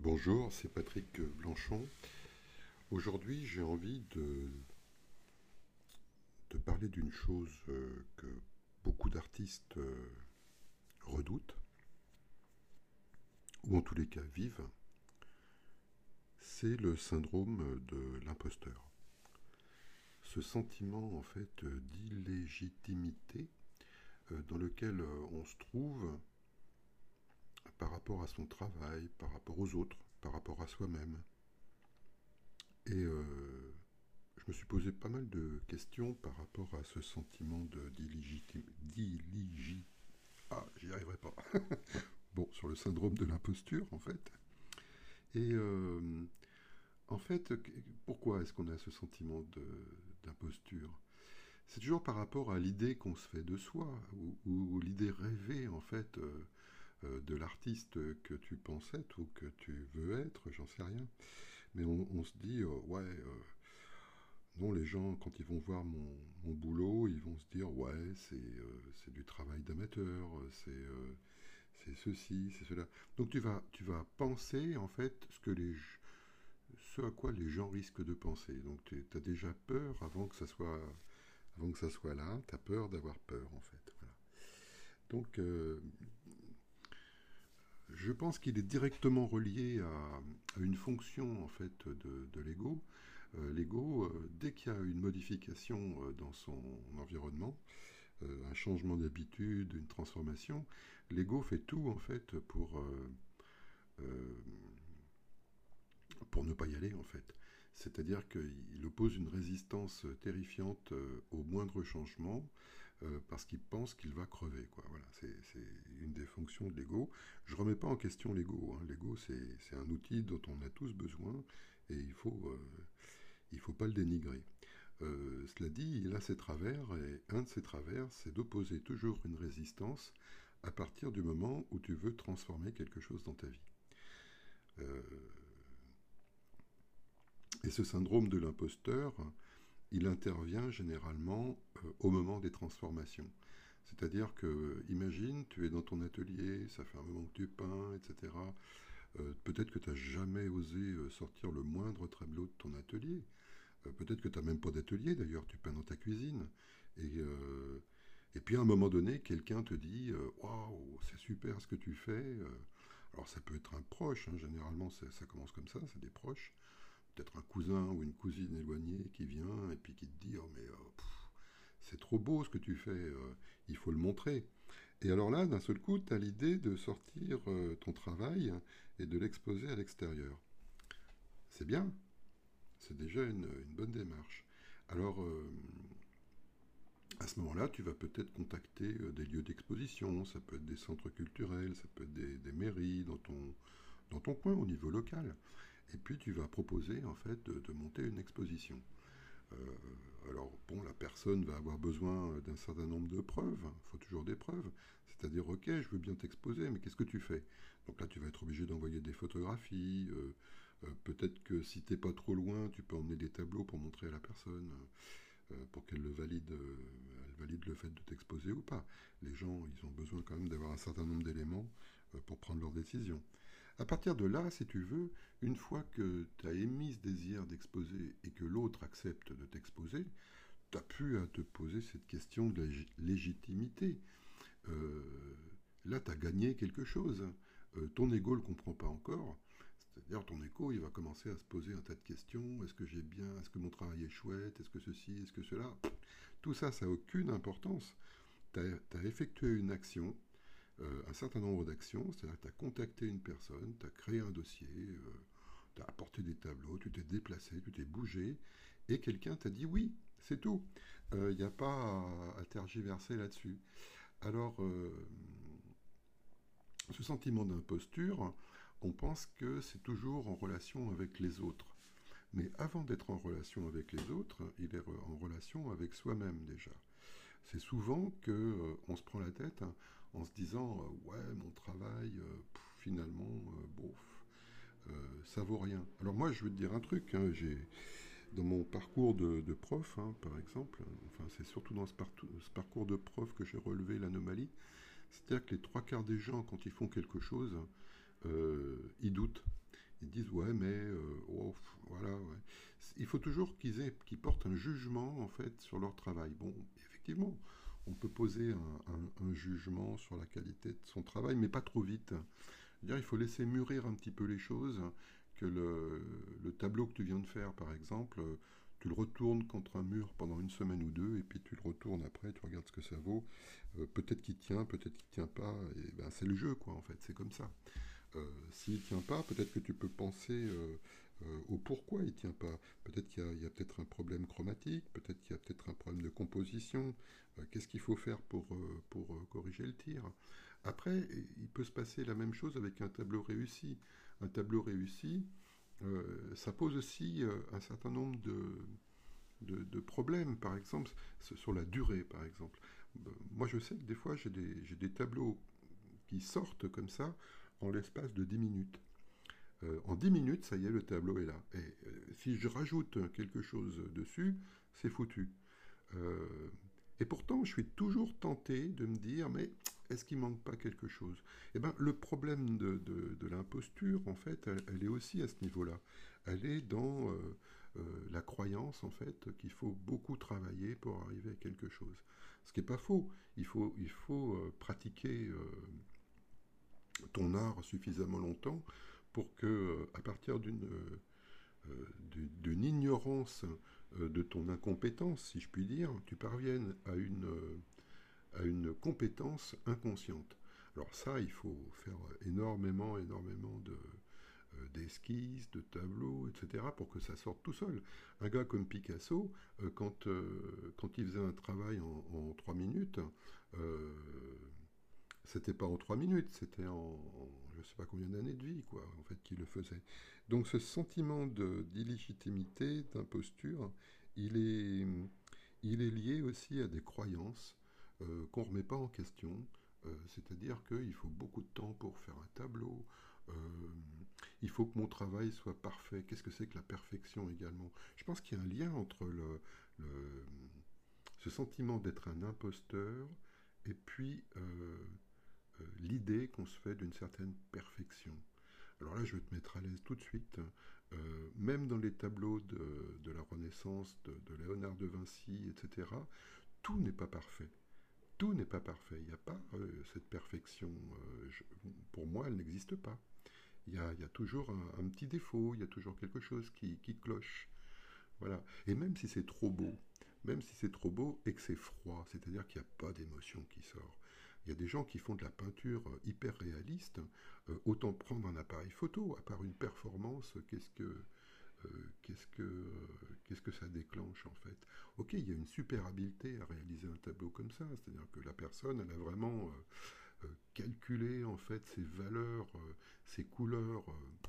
Bonjour, c'est Patrick Blanchon. Aujourd'hui, j'ai envie de parler d'une chose que beaucoup d'artistes redoutent, ou en tous les cas vivent, c'est le syndrome de l'imposteur. Ce sentiment en fait d'illégitimité dans lequel on se trouve par rapport à son travail, par rapport aux autres, par rapport à soi-même. Et je me suis posé pas mal de questions par rapport à ce sentiment d'illégitimité. Ah, j'y arriverai pas. Bon, sur le syndrome de l'imposture, en fait. Et en fait, pourquoi est-ce qu'on a ce sentiment d'imposture? C'est toujours par rapport à l'idée qu'on se fait de soi, ou l'idée rêvée, en fait, de l'artiste que tu penses être ou que tu veux être, j'en sais rien. Mais on se dit, ouais, non, les gens, quand ils vont voir mon boulot, ils vont se dire, ouais, c'est du travail d'amateur, c'est ceci, c'est cela. Donc tu vas penser, en fait, ce à quoi les gens risquent de penser. Donc tu as déjà peur avant que ça soit là, tu as peur d'avoir peur, en fait. Voilà. Donc je pense qu'il est directement relié à une fonction, en fait, de l'ego. L'ego, dès qu'il y a une modification dans son environnement, un changement d'habitude, une transformation, l'ego fait tout en fait euh, pour ne pas y aller en fait. C'est-à-dire qu'il oppose une résistance terrifiante au moindre changement parce qu'il pense qu'il va crever. Quoi. Voilà, c'est une des fonctions de l'ego. Je ne remets pas en question l'ego. Hein. L'ego, c'est un outil dont on a tous besoin et il faut pas le dénigrer. Cela dit, il a ses travers et un de ses travers, c'est d'opposer toujours une résistance à partir du moment où tu veux transformer quelque chose dans ta vie. Euh, Et ce syndrome de l'imposteur, il intervient généralement au moment des transformations. C'est-à-dire que, imagine, tu es dans ton atelier, ça fait un moment que tu peins, etc. Peut-être que tu n'as jamais osé sortir le moindre tableau de ton atelier. Peut-être que tu n'as même pas d'atelier, d'ailleurs, tu peins dans ta cuisine. Et puis à un moment donné, quelqu'un te dit waouh, c'est super ce que tu fais. Alors ça peut être un proche, hein, généralement ça commence comme ça, c'est des proches peut-être un cousin ou une cousine éloignée qui vient et puis qui te dit oh mais c'est trop beau ce que tu fais, il faut le montrer. Et alors là, d'un seul coup, tu as l'idée de sortir ton travail et de l'exposer à l'extérieur. C'est bien, c'est déjà une bonne démarche. Alors, à ce moment-là, tu vas peut-être contacter des lieux d'exposition, ça peut être des centres culturels, ça peut être des mairies dans ton coin au niveau local. Et puis tu vas proposer en fait de monter une exposition. Euh, alors bon, la personne va avoir besoin d'un certain nombre de preuves, il faut toujours des preuves, c'est-à-dire ok, je veux bien t'exposer, mais qu'est-ce que tu fais? Donc là tu vas être obligé d'envoyer des photographies, peut-être que si t'es pas trop loin, tu peux emmener des tableaux pour montrer à la personne, pour qu'elle elle valide le fait de t'exposer ou pas. Les gens, ils ont besoin quand même d'avoir un certain nombre d'éléments pour prendre leur décision. À partir de là, si tu veux, une fois que tu as émis ce désir d'exposer et que l'autre accepte de t'exposer, tu as pu à te poser cette question de la légitimité. Euh, Là, tu as gagné quelque chose. Ton ego ne le comprend pas encore. C'est-à-dire, ton ego, il va commencer à se poser un tas de questions. Est-ce que j'ai bien? Est-ce que mon travail est chouette? Est-ce que ceci? Est-ce que cela? Tout ça, ça n'a aucune importance. Tu as effectué une action, un certain nombre d'actions, c'est-à-dire que tu as contacté une personne, tu as créé un dossier, tu as apporté des tableaux, tu t'es déplacé, tu t'es bougé, et quelqu'un t'a dit oui, c'est tout. Il n'y a pas à tergiverser là-dessus. Alors, ce sentiment d'imposture, on pense que c'est toujours en relation avec les autres. Mais avant d'être en relation avec les autres, il est en relation avec soi-même déjà. C'est souvent que on se prend la tête hein, en se disant ouais mon travail finalement bof ça vaut rien. Alors moi je veux te dire un truc, hein, j'ai dans mon parcours de prof hein, par exemple, enfin c'est surtout dans ce parcours de prof que j'ai relevé l'anomalie, c'est-à-dire que les trois quarts des gens quand ils font quelque chose ils doutent. Ils disent ouais mais voilà ouais. Il faut toujours qu'ils portent un jugement en fait sur leur travail. Bon, effectivement, on peut poser un jugement sur la qualité de son travail, mais pas trop vite. C'est-à-dire, il faut laisser mûrir un petit peu les choses, que le tableau que tu viens de faire, par exemple, tu le retournes contre un mur pendant une semaine ou deux, et puis tu le retournes après, tu regardes ce que ça vaut. Peut-être qu'il tient, peut-être qu'il tient pas, et ben c'est le jeu, quoi, en fait, c'est comme ça. S'il tient pas, peut-être que tu peux penser au pourquoi il tient pas. Peut-être qu'il y a peut-être un problème chromatique, peut-être qu'il y a peut-être un problème de composition. Qu'est-ce qu'il faut faire pour corriger le tir? Après, il peut se passer la même chose avec un tableau réussi. Un tableau réussi, ça pose aussi un certain nombre de problèmes, par exemple, sur la durée, par exemple. Moi, je sais que des fois, j'ai des tableaux qui sortent comme ça en l'espace de 10 minutes. En 10 minutes, ça y est, le tableau est là. Et si je rajoute quelque chose dessus, c'est foutu. Euh, et pourtant, je suis toujours tenté de me dire, mais est-ce qu'il manque pas quelque chose? Eh bien, le problème de l'imposture, en fait, elle est aussi à ce niveau-là. Elle est dans la croyance, en fait, qu'il faut beaucoup travailler pour arriver à quelque chose. Ce qui n'est pas faux. Il faut pratiquer ton art suffisamment longtemps pour que, à partir d'une ignorance de ton incompétence, si je puis dire, tu parviennes à une compétence inconsciente. Alors ça, il faut faire énormément d'esquisses, de tableaux, etc., pour que ça sorte tout seul. Un gars comme Picasso, quand il faisait un travail en 3 minutes, euh, c'était pas en 3 minutes, c'était en je sais pas combien d'années de vie, quoi, en fait, qu'il le faisait. Donc ce sentiment d'illégitimité, d'imposture, il est, il est lié aussi à des croyances qu'on ne remet pas en question. C'est-à-dire qu'il faut beaucoup de temps pour faire un tableau. Euh, il faut que mon travail soit parfait. Qu'est-ce que c'est que la perfection également? Je pense qu'il y a un lien entre le- ce sentiment d'être un imposteur et puis l'idée qu'on se fait d'une certaine perfection. Alors là, je vais te mettre à l'aise tout de suite. Même dans les tableaux de la Renaissance, de Léonard de Vinci, etc., tout n'est pas parfait. Tout n'est pas parfait. Il n'y a pas cette perfection. Pour moi, elle n'existe pas. Il y a toujours un petit défaut, il y a toujours quelque chose qui cloche. Voilà. Et même si c'est trop beau, même si c'est trop beau et que c'est froid, c'est-à-dire qu'il n'y a pas d'émotion qui sort. Il y a des gens qui font de la peinture hyper réaliste, autant prendre un appareil photo, à part une performance, euh, qu'est-ce que, euh, qu'est-ce que ça déclenche en fait? Ok, il y a une super habileté à réaliser un tableau comme ça, c'est-à-dire que la personne, elle a vraiment calculé en fait ses valeurs, ses couleurs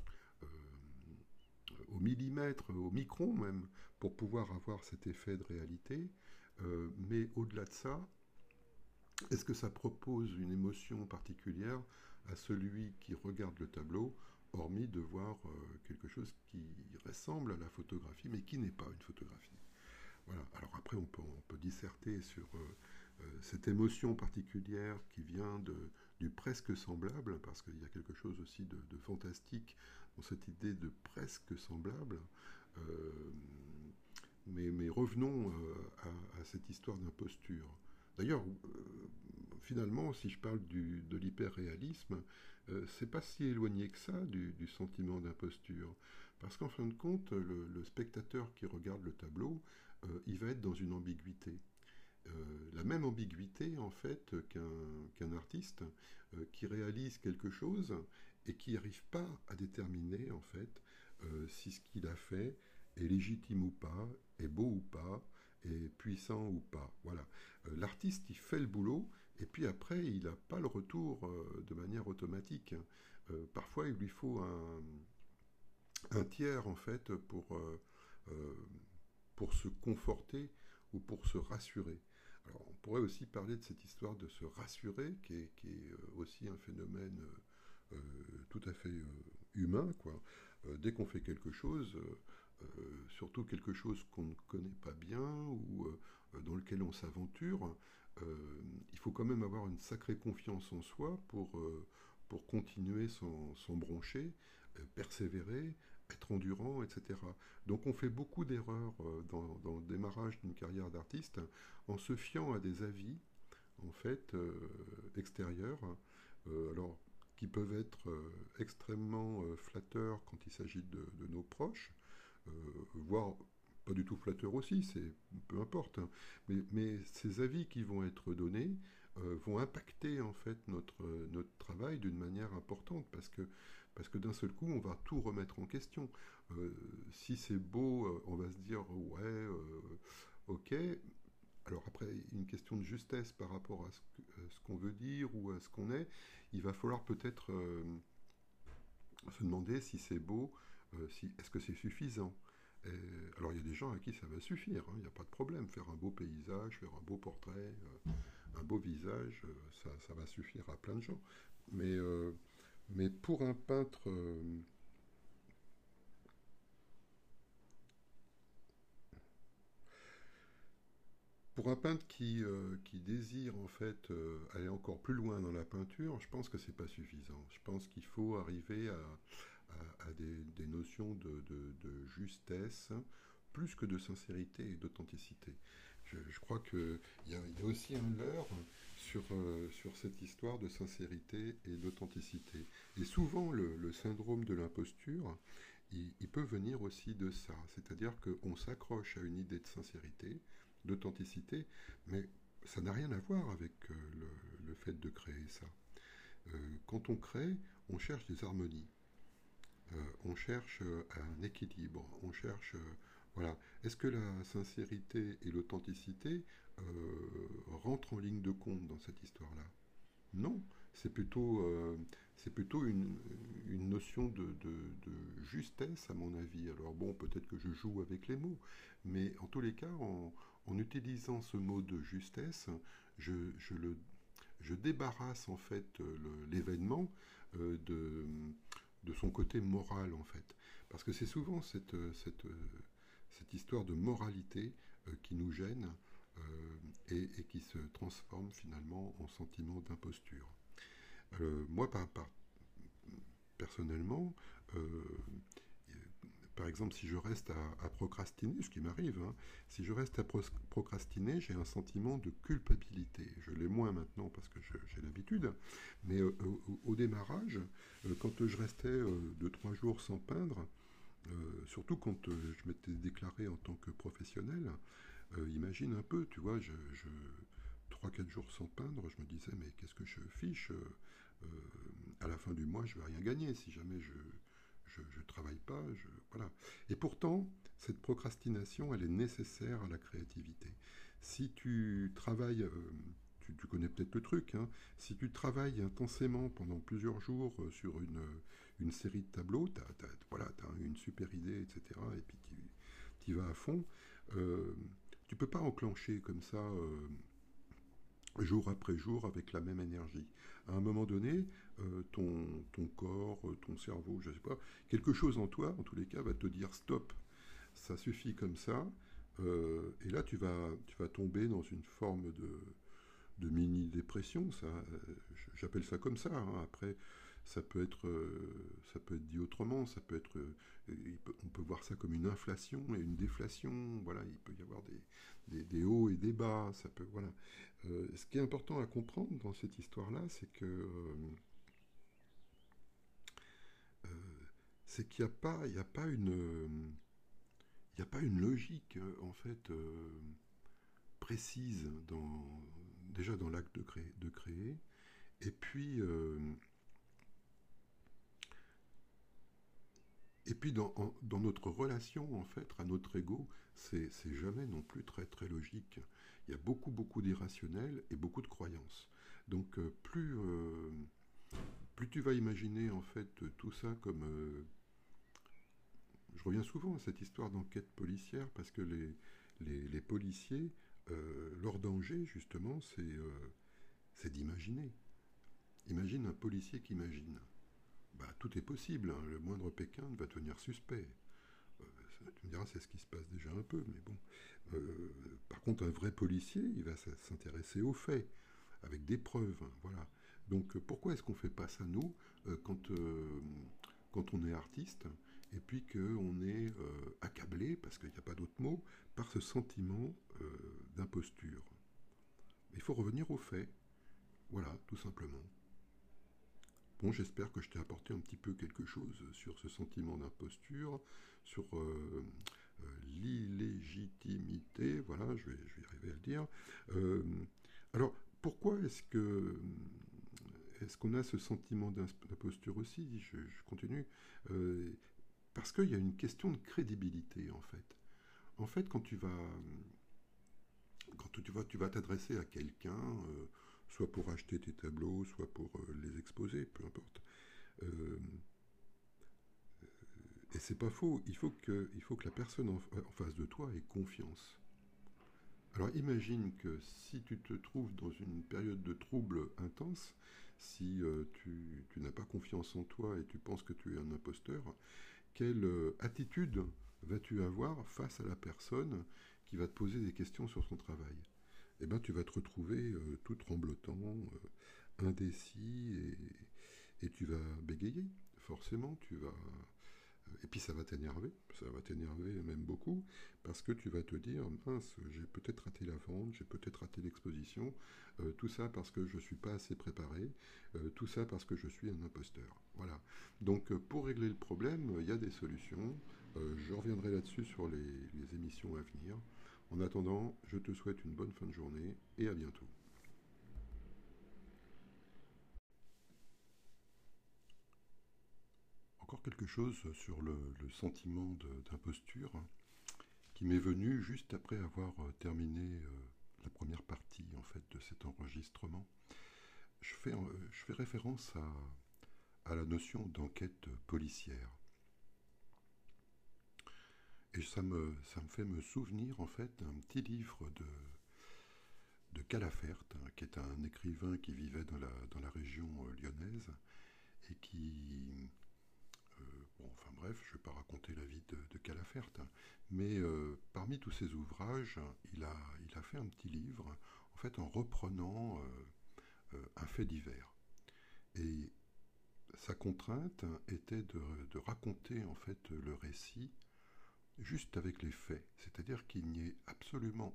au millimètre, au micron même, pour pouvoir avoir cet effet de réalité. Mais au-delà de ça, est-ce que ça propose une émotion particulière à celui qui regarde le tableau, hormis de voir quelque chose qui ressemble à la photographie, mais qui n'est pas une photographie? Voilà. Alors après, on peut disserter sur cette émotion particulière qui vient du presque semblable, parce qu'il y a quelque chose aussi de fantastique dans cette idée de presque semblable. Euh, mais revenons à cette histoire d'imposture. D'ailleurs, finalement, si je parle de l'hyperréalisme, c'est pas si éloigné que ça du sentiment d'imposture. Parce qu'en fin de compte, le spectateur qui regarde le tableau, il va être dans une ambiguïté. La même ambiguïté en fait qu'un artiste qui réalise quelque chose et qui n'arrive pas à déterminer en fait si ce qu'il a fait est légitime ou pas, est beau ou pas, est puissant ou pas. Voilà. L'artiste il fait le boulot et puis après il n'a pas le retour de manière automatique. Parfois il lui faut un tiers en fait euh, pour se conforter ou pour se rassurer. Alors, on pourrait aussi parler de cette histoire de se rassurer, qui est aussi un phénomène tout à fait humain, quoi. Dès qu'on fait quelque chose, surtout quelque chose qu'on ne connaît pas bien ou dans lequel on s'aventure, il faut quand même avoir une sacrée confiance en soi pour continuer sans broncher, persévérer, être endurant, etc. Donc on fait beaucoup d'erreurs dans le démarrage d'une carrière d'artiste en se fiant à des avis en fait extérieurs, alors qui peuvent être extrêmement flatteurs quand il s'agit de nos proches, voire pas du tout flatteurs aussi, c'est peu importe, hein. Mais ces avis qui vont être donnés vont impacter en fait notre travail d'une manière importante parce que d'un seul coup on va tout remettre en question. Si c'est beau, on va se dire ouais, ok. Alors après, une question de justesse par rapport à ce qu'on veut dire ou à ce qu'on est, il va falloir peut-être se demander si c'est beau, est-ce que c'est suffisant. Alors il y a des gens à qui ça va suffire, hein, il n'y a pas de problème. Faire un beau paysage, faire un beau portrait, un beau visage, ça va suffire à plein de gens. Mais, euh, mais pour un peintre, qui désire en fait aller encore plus loin dans la peinture, je pense que c'est pas suffisant. Je pense qu'il faut arriver à des notions de justesse, plus que de sincérité et d'authenticité. Je crois qu'il y a aussi un leurre sur cette histoire de sincérité et d'authenticité. Et souvent, le syndrome de l'imposture, il peut venir aussi de ça. C'est-à-dire qu'on s'accroche à une idée de sincérité, d'authenticité, mais ça n'a rien à voir avec le fait de créer ça. Quand on crée, on cherche des harmonies. On cherche un équilibre, on cherche... voilà. Est-ce que la sincérité et l'authenticité rentrent en ligne de compte dans cette histoire-là? Non, c'est plutôt une notion de justesse, à mon avis. Alors bon, peut-être que je joue avec les mots, mais en tous les cas, en utilisant ce mot de justesse, je je débarrasse en fait l'événement de son côté moral en fait. Parce que c'est souvent cette histoire de moralité qui nous gêne et qui se transforme finalement en sentiment d'imposture. Moi, personnellement, euh, par exemple, si je reste à procrastiner, ce qui m'arrive, hein, si je reste à procrastiner, j'ai un sentiment de culpabilité. Je l'ai moins maintenant parce que j'ai l'habitude, mais au démarrage, quand je restais 2-3 jours sans peindre, surtout quand je m'étais déclaré en tant que professionnel, imagine un peu, tu vois, 3-4 jours sans peindre, je me disais, mais qu'est-ce que je fiche à la fin du mois, je vais rien gagner si jamais je travaille pas. Voilà. Et pourtant, cette procrastination, elle est nécessaire à la créativité. Si tu travailles, tu connais peut-être le truc, hein, si tu travailles intensément pendant plusieurs jours sur une série de tableaux, voilà, tu as une super idée, etc., et puis tu y vas à fond, euh, tu peux pas enclencher comme ça jour après jour avec la même énergie. À un moment donné, ton corps, ton cerveau, je ne sais pas, quelque chose en toi, en tous les cas, va te dire stop, ça suffit comme ça. Et là, tu vas tomber dans une forme de mini-dépression, ça, j'appelle ça comme ça, hein. Après, ça peut être dit autrement, ça peut être, on peut voir ça comme une inflation et une déflation, voilà, il peut y avoir des hauts et des bas, ça peut, voilà. Ce qui est important à comprendre dans cette histoire-là, euh, c'est qu'il n'y a pas il y a pas une logique, en fait, précise déjà dans l'acte de créer, et puis, dans notre relation, en fait, à notre ego, c'est jamais non plus très, très logique. Il y a beaucoup, beaucoup d'irrationnel et beaucoup de croyances. Donc, plus tu vas imaginer, en fait, tout ça comme... je reviens souvent à cette histoire d'enquête policière, parce que les policiers, leur danger, justement, c'est d'imaginer. Imagine un policier qui imagine. Bah, tout est possible, hein. Le moindre Pékin va devenir suspect. Euh, Tu me diras, c'est ce qui se passe déjà un peu, mais bon. Par contre, un vrai policier, il va s'intéresser aux faits, avec des preuves, hein, voilà. Donc pourquoi est-ce qu'on ne fait pas ça nous quand on est artiste et puis qu'on est accablé, parce qu'il n'y a pas d'autre mot, par ce sentiment d'imposture? Il faut revenir aux faits, voilà, tout simplement. Bon, j'espère que je t'ai apporté un petit peu quelque chose sur ce sentiment d'imposture, sur l'illégitimité, voilà, je vais arriver à le dire. Euh, alors, pourquoi est-ce qu'on a ce sentiment d'imposture aussi? Je continue. Euh, Parce qu'il y a une question de crédibilité, en fait. En fait, tu vas t'adresser à quelqu'un, soit pour acheter tes tableaux, soit pour les exposer, peu importe. Euh, et c'est pas faux. Il faut que la personne en face de toi ait confiance. Alors imagine que si tu te trouves dans une période de trouble intense, si tu n'as pas confiance en toi et tu penses que tu es un imposteur, quelle attitude vas-tu avoir face à la personne qui va te poser des questions sur son travail? Eh bien, tu vas te retrouver tout tremblotant, indécis, et tu vas bégayer. Forcément, et puis ça va t'énerver même beaucoup, parce que tu vas te dire, mince, j'ai peut-être raté la vente, j'ai peut-être raté l'exposition, tout ça parce que je ne suis pas assez préparé, tout ça parce que je suis un imposteur. Voilà. Donc pour régler le problème, il y a des solutions. Je reviendrai là-dessus sur les émissions à venir. En attendant, je te souhaite une bonne fin de journée et à bientôt. Encore quelque chose sur le sentiment d'imposture qui m'est venu juste après avoir terminé la première partie en fait de cet enregistrement. Je fais référence à la notion d'enquête policière. Et ça me fait me souvenir en fait d'un petit livre de Calafert, hein, qui est un écrivain qui vivait dans la région lyonnaise et qui... bon, enfin bref, je ne vais pas raconter la vie de Calafert, hein, mais parmi tous ses ouvrages, il a fait un petit livre, en fait en reprenant un fait divers. Et sa contrainte était de raconter en fait le récit juste avec les faits, c'est-à-dire qu'il n'y ait absolument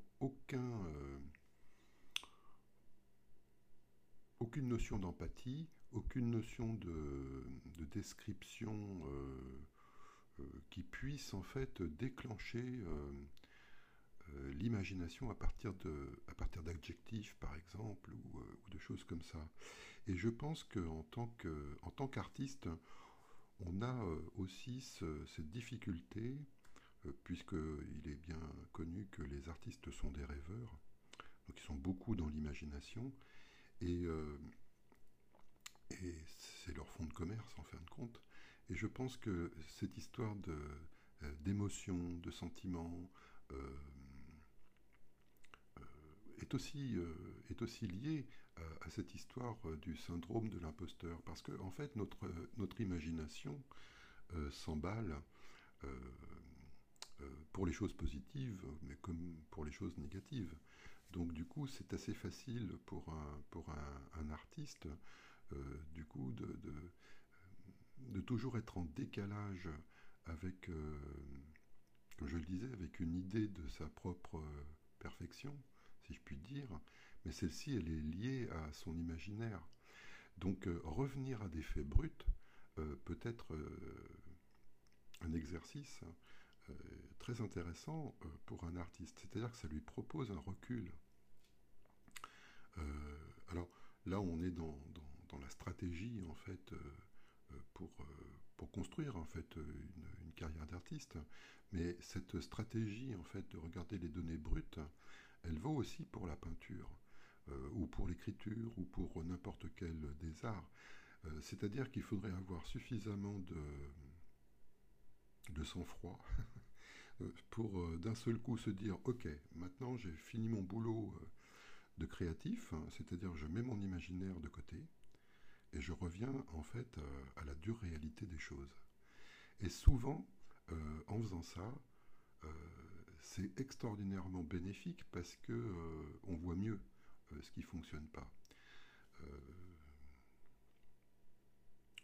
aucune notion d'empathie, aucune notion de description qui puisse en fait déclencher l'imagination à partir d'adjectifs par exemple ou de choses comme ça. Et je pense en tant qu'artiste, on a aussi cette difficulté, puisqu'il est bien connu que les artistes sont des rêveurs, donc ils sont beaucoup dans l'imagination, et, euh, et c'est leur fond de commerce en fin de compte. Et je pense que cette histoire d'émotion, de sentiments, euh, est aussi liée à cette histoire du syndrome de l'imposteur. Parce que, en fait, notre imagination s'emballe euh, pour les choses positives, mais comme pour les choses négatives. Donc, du coup, c'est assez facile pour un artiste, du coup, de toujours être en décalage avec, comme je le disais, avec une idée de sa propre perfection, si je puis dire, mais celle-ci, elle est liée à son imaginaire. Donc revenir à des faits bruts peut être un exercice euh, très intéressant pour un artiste. C'est-à-dire que ça lui propose un recul. Alors là, on est dans la stratégie en fait pour construire en fait une carrière d'artiste. Mais cette stratégie en fait de regarder les données brutes, elle vaut aussi pour la peinture ou pour l'écriture ou pour n'importe quel des arts. C'est-à-dire qu'il faudrait avoir suffisamment de sang-froid pour d'un seul coup se dire ok, maintenant j'ai fini mon boulot de créatif, hein, c'est-à-dire je mets mon imaginaire de côté et je reviens en fait à la dure réalité des choses. Et souvent, en faisant ça, euh, c'est extraordinairement bénéfique parce que on voit mieux ce qui fonctionne pas. Euh,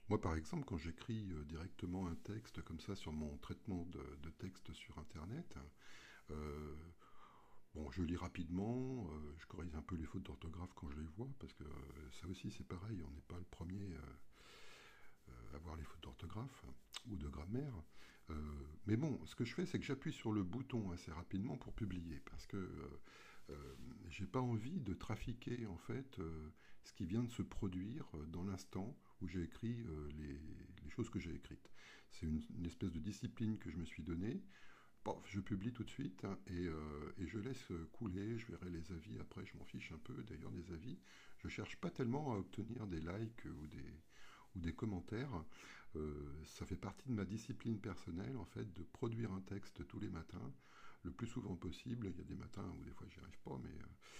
Moi, par exemple, quand j'écris directement un texte comme ça sur mon traitement de texte sur Internet, euh, bon, je lis rapidement, je corrige un peu les fautes d'orthographe quand je les vois, parce que ça aussi c'est pareil, on n'est pas le premier à voir les fautes d'orthographe ou de grammaire. Mais bon, ce que je fais, c'est que j'appuie sur le bouton assez rapidement pour publier, parce que j'ai pas envie de trafiquer en fait ce qui vient de se produire dans l'instant où j'ai écrit les choses que j'ai écrites. C'est une espèce de discipline que je me suis donnée. Bon, je publie tout de suite hein, et je laisse couler, je verrai les avis après, je m'en fiche un peu d'ailleurs des avis. Je cherche pas tellement à obtenir des likes ou des commentaires. Ça fait partie de ma discipline personnelle en fait de produire un texte tous les matins, le plus souvent possible. Il y a des matins où des fois j'y arrive pas, mais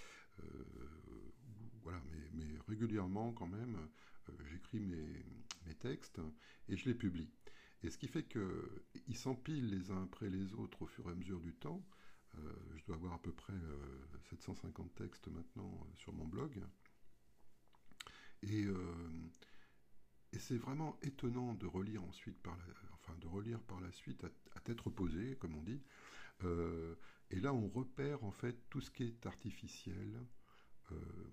voilà, mais régulièrement quand même, j'écris mes textes et je les publie. Et ce qui fait qu'ils s'empilent les uns après les autres au fur et à mesure du temps. Je dois avoir à peu près 750 textes maintenant sur mon blog. Et, euh, et c'est vraiment étonnant de relire ensuite enfin de relire par la suite à tête reposée, comme on dit. Euh, et là, on repère en fait tout ce qui est artificiel, euh,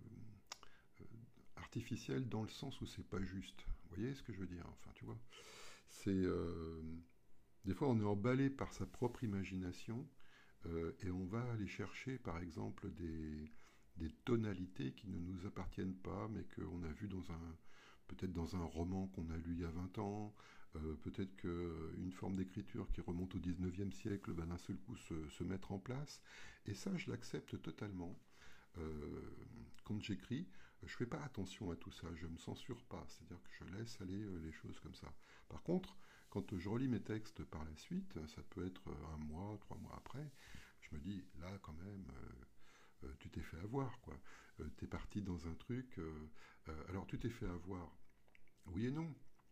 artificiel dans le sens où c'est pas juste. Vous voyez ce que je veux dire? Enfin, tu vois, c'est des fois on est emballé par sa propre imagination et on va aller chercher, par exemple, des tonalités qui ne nous appartiennent pas, mais qu'on a vu peut-être dans un roman qu'on a lu il y a 20 ans, peut-être qu'une forme d'écriture qui remonte au 19e siècle va d'un seul coup se mettre en place. Et ça, je l'accepte totalement. Euh, Quand j'écris, je ne fais pas attention à tout ça, je ne me censure pas, c'est-à-dire que je laisse aller les choses comme ça. Par contre, quand je relis mes textes par la suite, ça peut être un mois, 3 mois après, je me dis, là quand même, tu t'es fait avoir, quoi. T'es parti dans un truc, alors tu t'es fait avoir, oui et non.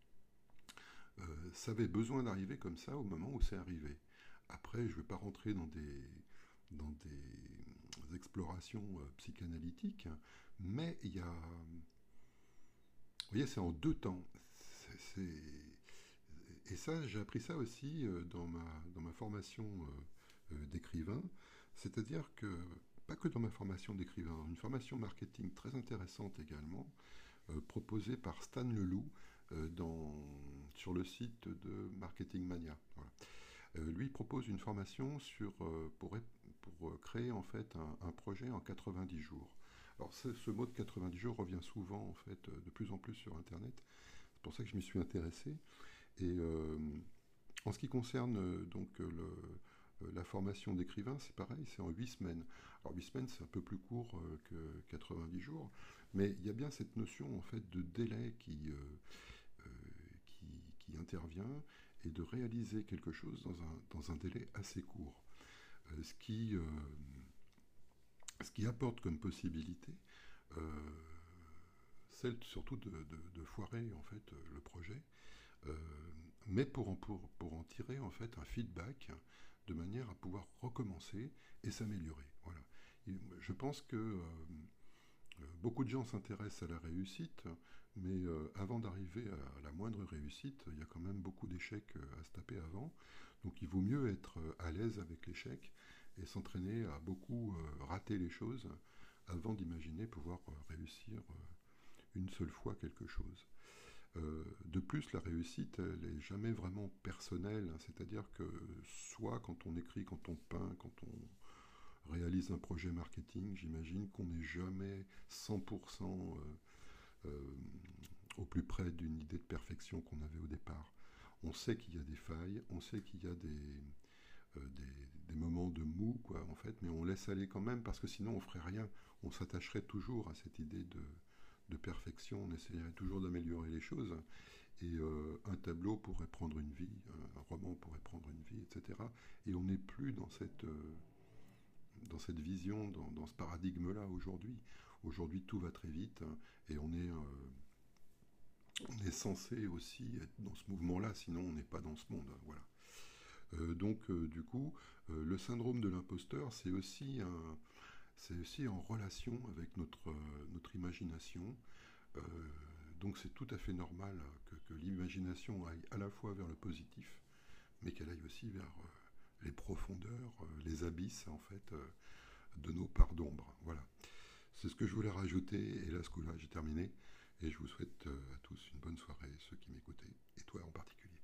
Ça avait besoin d'arriver comme ça au moment où c'est arrivé. Après, je ne vais pas rentrer dans des explorations psychanalytiques, mais il y a, vous voyez, c'est en deux temps. Et ça, j'ai appris ça aussi dans ma formation d'écrivain, c'est-à-dire que, pas que dans ma formation d'écrivain, une formation marketing très intéressante également, proposée par Stan Leloup sur le site de Marketing Mania. Voilà. Lui propose une formation pour créer en fait un projet en 90 jours. Alors ce mot de 90 jours revient souvent en fait de plus en plus sur Internet. C'est pour ça que je m'y suis intéressé. Et en ce qui concerne la formation d'écrivain, c'est pareil, c'est en 8 semaines. Alors 8 semaines, c'est un peu plus court que 90 jours, mais il y a bien cette notion en fait de délai euh, qui intervient et de réaliser quelque chose dans un délai assez court. Euh, ce, qui, euh, Ce qui apporte comme possibilité, euh, celle surtout de foirer en fait le projet, euh, mais pour en tirer en fait un feedback de manière à pouvoir recommencer et s'améliorer. Voilà. Et je pense que beaucoup de gens s'intéressent à la réussite, mais avant d'arriver à la moindre réussite, il y a quand même beaucoup d'échecs à se taper avant. Donc il vaut mieux être à l'aise avec l'échec et s'entraîner à beaucoup rater les choses avant d'imaginer pouvoir réussir une seule fois quelque chose. De plus, la réussite, elle n'est jamais vraiment personnelle, hein, c'est-à-dire que soit quand on écrit, quand on peint, quand on réalise un projet marketing, j'imagine qu'on n'est jamais 100% au plus près d'une idée de perfection qu'on avait au départ. On sait qu'il y a des failles, on sait qu'il y a des moments de mou, quoi, en fait, mais on laisse aller quand même parce que sinon on ferait rien. On s'attacherait toujours à cette idée de perfection, on essaierait toujours d'améliorer les choses. Et un tableau pourrait prendre une vie, un roman pourrait prendre une vie, etc. Et on n'est plus dans cette vision, dans ce paradigme-là aujourd'hui. Aujourd'hui, tout va très vite hein, et on est censé aussi être dans ce mouvement-là, sinon on n'est pas dans ce monde. Voilà. Du coup, le syndrome de l'imposteur, c'est aussi en relation avec notre imagination. Euh, Donc c'est tout à fait normal que l'imagination aille à la fois vers le positif, mais qu'elle aille aussi vers les profondeurs, les abysses en fait de nos parts d'ombre. Voilà. C'est ce que je voulais rajouter, et là, ce coup-là, j'ai terminé. Et je vous souhaite à tous une bonne soirée, ceux qui m'écoutaient, et toi en particulier.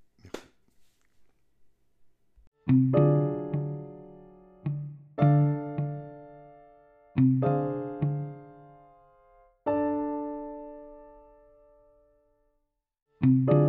Merci.